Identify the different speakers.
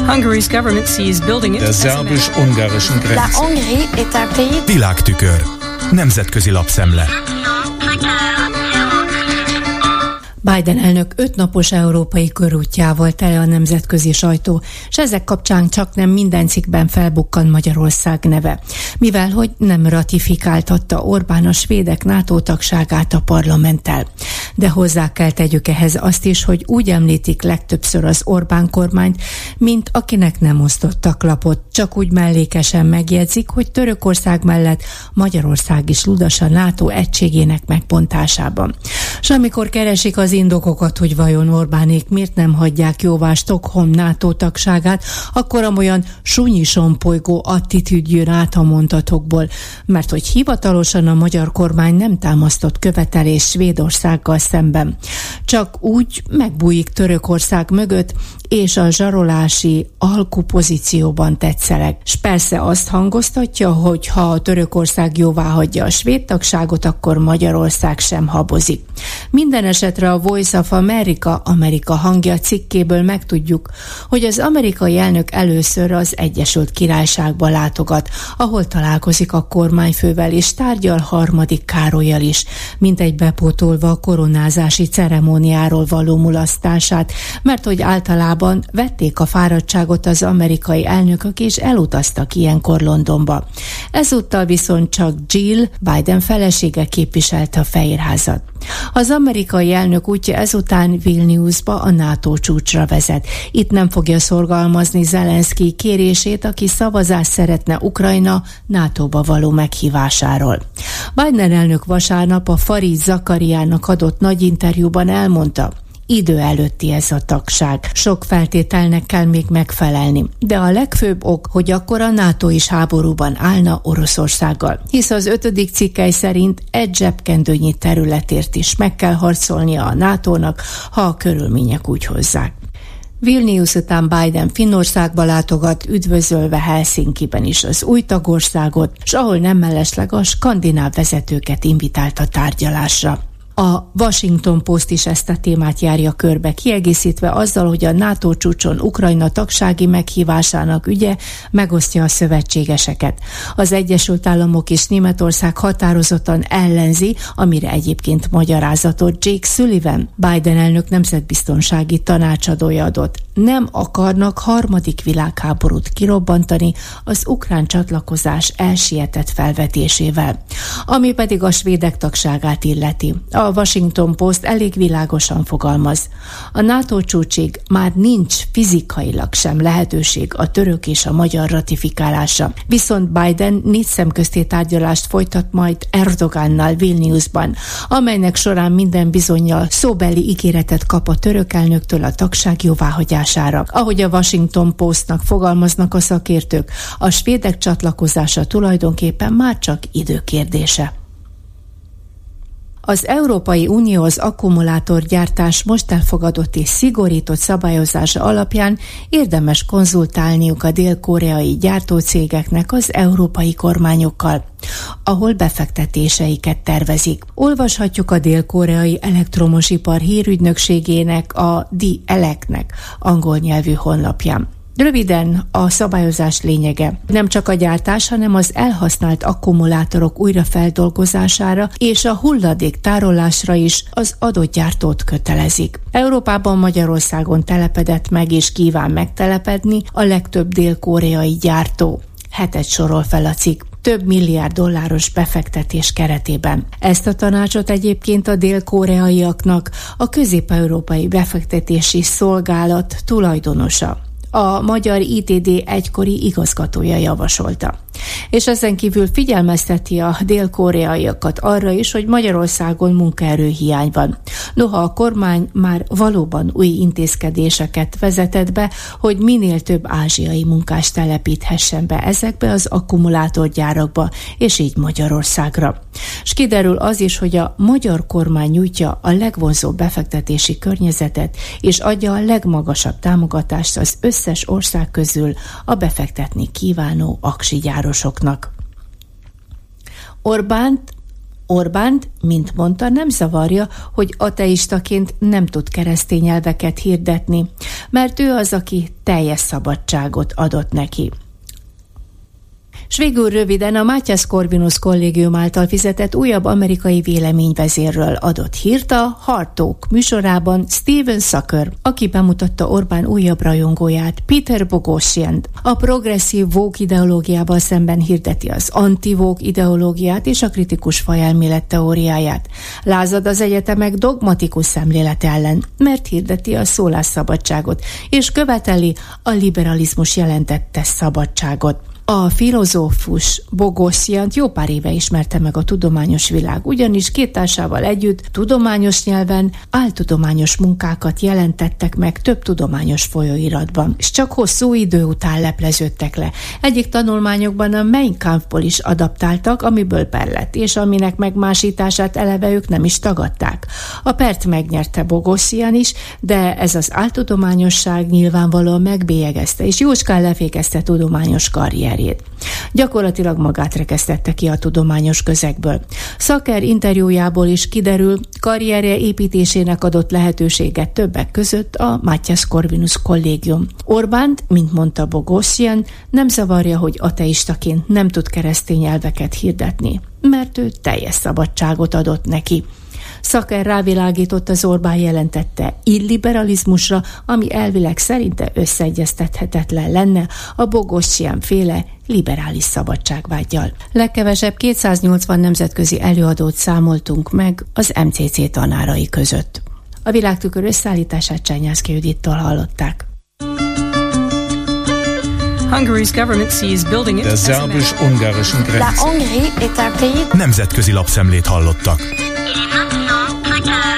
Speaker 1: Der szerbus-ungarischen Grenze.
Speaker 2: Világtükör. Nemzetközi lapszemle.
Speaker 3: Biden elnök 5 napos európai körútjával tele a nemzetközi sajtó, és ezek kapcsán csak nem minden cikkben felbukkan Magyarország neve, mivel hogy nem ratifikáltatta Orbán a svédek NATO tagságát a parlamenttel. De hozzá kell tegyük ehhez azt is, hogy úgy említik legtöbbször az Orbán kormányt, mint akinek nem osztottak lapot, csak úgy mellékesen megjegyzik, hogy Törökország mellett Magyarország is ludas a NATO egységének megbontásában. És amikor keresik az indokokat, hogy vajon Orbánék miért nem hagyják jóvá Stockholm NATO tagságát, akkor amolyan sunyisompolygó attitűd jön át a mondatokból, mert hogy hivatalosan a magyar kormány nem támasztott követelés Svédországgal szemben. Csak úgy megbújik Törökország mögött, és a zsarolási alkupozícióban tetszeleg. S persze azt hangoztatja, hogy ha a Törökország jóváhagyja a svéd tagságot, akkor Magyarország sem habozik. Minden esetre a Voice of America hangja cikkéből megtudjuk, hogy az amerikai elnök először az Egyesült Királyságba látogat, ahol találkozik a kormányfővel és tárgyal harmadik Károllyal is, mintegy bepótolva a koronázási ceremóniáról való mulasztását, mert hogy általában vették a fáradtságot az amerikai elnökök és elutaztak ilyenkor Londonba. Ezúttal viszont csak Jill, Biden felesége képviselte a Fehérházat. Az amerikai elnök útja ezután Vilniusba, a NATO csúcsra vezet. Itt nem fogja szorgalmazni Zelenszkij kérését, aki szavazást szeretne Ukrajna NATO-ba való meghívásáról. Biden elnök vasárnap a Farid Zakariának adott nagy interjúban elmondta, idő előtti ez a tagság. Sok feltételnek kell még megfelelni, de a legfőbb ok, hogy akkor a NATO is háborúban állna Oroszországgal, hisz az 5. cikkely szerint egy zsebkendőnyi területért is meg kell harcolnia a NATO-nak, ha a körülmények úgy hozzák. Vilnius után Biden Finnországba látogat, üdvözölve Helsinkiben is az új tagországot, s ahol nem mellesleg a skandináv vezetőket invitált a tárgyalásra. A Washington Post is ezt a témát járja körbe, kiegészítve azzal, hogy a NATO csúcson Ukrajna tagsági meghívásának ügye megosztja a szövetségeseket. Az Egyesült Államok és Németország határozottan ellenzi, amire egyébként magyarázatot Jake Sullivan, Biden elnök nemzetbiztonsági tanácsadója adott. Nem akarnak harmadik világháborút kirobbantani az ukrán csatlakozás elsietett felvetésével. Ami pedig a svédek tagságát illeti. A Washington Post elég világosan fogalmaz. A NATO csúcsig már nincs fizikailag sem lehetőség a török és a magyar ratifikálása. Viszont Biden 4 szemközti tárgyalást folytat majd Erdogannal Vilniusban, amelynek során minden bizonnyal szóbeli ígéretet kap a török elnöktől a tagság jóváhagyására. Ahogy a Washington Postnak fogalmaznak a szakértők, a svédek csatlakozása tulajdonképpen már csak időkérdése. Az Európai Unió az akkumulátorgyártás most elfogadott és szigorított szabályozása alapján érdemes konzultálniuk a dél-koreai gyártócégeknek az európai kormányokkal, ahol befektetéseiket tervezik. Olvashatjuk a dél-koreai elektromosipar hírügynökségének, a DIELEC-nek angol nyelvű honlapján. Röviden a szabályozás lényege nem csak a gyártás, hanem az elhasznált akkumulátorok újrafeldolgozására és a hulladék tárolásra is az adott gyártót kötelezik. Európában, Magyarországon telepedett meg és kíván megtelepedni a legtöbb dél-koreai gyártó. 7 sorol fel a cikk. Több milliárd dolláros befektetés keretében. Ezt a tanácsot egyébként a dél-koreaiaknak a Közép-európai Befektetési Szolgálat tulajdonosa, a magyar ITD egykori igazgatója javasolta. És ezen kívül figyelmezteti a dél-koreaiakat arra is, hogy Magyarországon munkaerőhiány van. Noha a kormány már valóban új intézkedéseket vezetett be, hogy minél több ázsiai munkást telepíthessen be ezekbe az akkumulátorgyárakba, és így Magyarországra. És kiderül az is, hogy a magyar kormány nyújtja a legvonzóbb befektetési környezetet, és adja a legmagasabb támogatást az összes ország közül a befektetni kívánó aksi gyárosoknak. Orbánt, mint mondta, nem zavarja, hogy ateistaként nem tud keresztény elveket hirdetni, mert ő az, aki teljes szabadságot adott neki. S végül röviden a Matthias Corvinus kollégium által fizetett újabb amerikai véleményvezérről adott hírt a Hard Talk műsorában Steven Zucker, aki bemutatta Orbán újabb rajongóját, Peter Boghossiant. A progresszív woke ideológiával szemben hirdeti az anti-woke ideológiát és a kritikus fajelmélet teóriáját. Lázad az egyetemek dogmatikus szemlélete ellen, mert hirdeti a szólásszabadságot, és követeli a liberalizmus jelentette szabadságot. A filozófus Boghossiant jó pár éve ismerte meg a tudományos világ, ugyanis két társával együtt tudományos nyelven áltudományos munkákat jelentettek meg több tudományos folyóiratban, és csak hosszú idő után lepleződtek le. Egyik tanulmányokban a Mein Kampfból is adaptáltak, amiből per lett, és aminek megmásítását eleve ők nem is tagadták. A pert megnyerte Boghossian is, de ez az áltudományosság nyilvánvalóan megbélyegezte, és jócskán lefékezte tudományos karrier. Gyakorlatilag magát rekesztette ki a tudományos közegből. Zucker interjújából is kiderül, karrierje építésének adott lehetőséget többek között a Matthias Corvinus kollégium. Orbánt, mint mondta Boghossian, nem zavarja, hogy ateistaként nem tud keresztény elveket hirdetni, mert ő teljes szabadságot adott neki. Zucker rávilágított az Orbán jelentette illiberalizmusra, ami elvileg szerinte összeegyeztethetetlen lenne a Boghossian féle liberális szabadságvággyal. Legkevesebb 280 nemzetközi előadót számoltunk meg az MCC tanárai között. A Világtükör összeállítását Csányászki Judittól hallották.
Speaker 1: Der szerbus-ungarischen Grenze.
Speaker 2: Nemzetközi lapszemlét hallottak.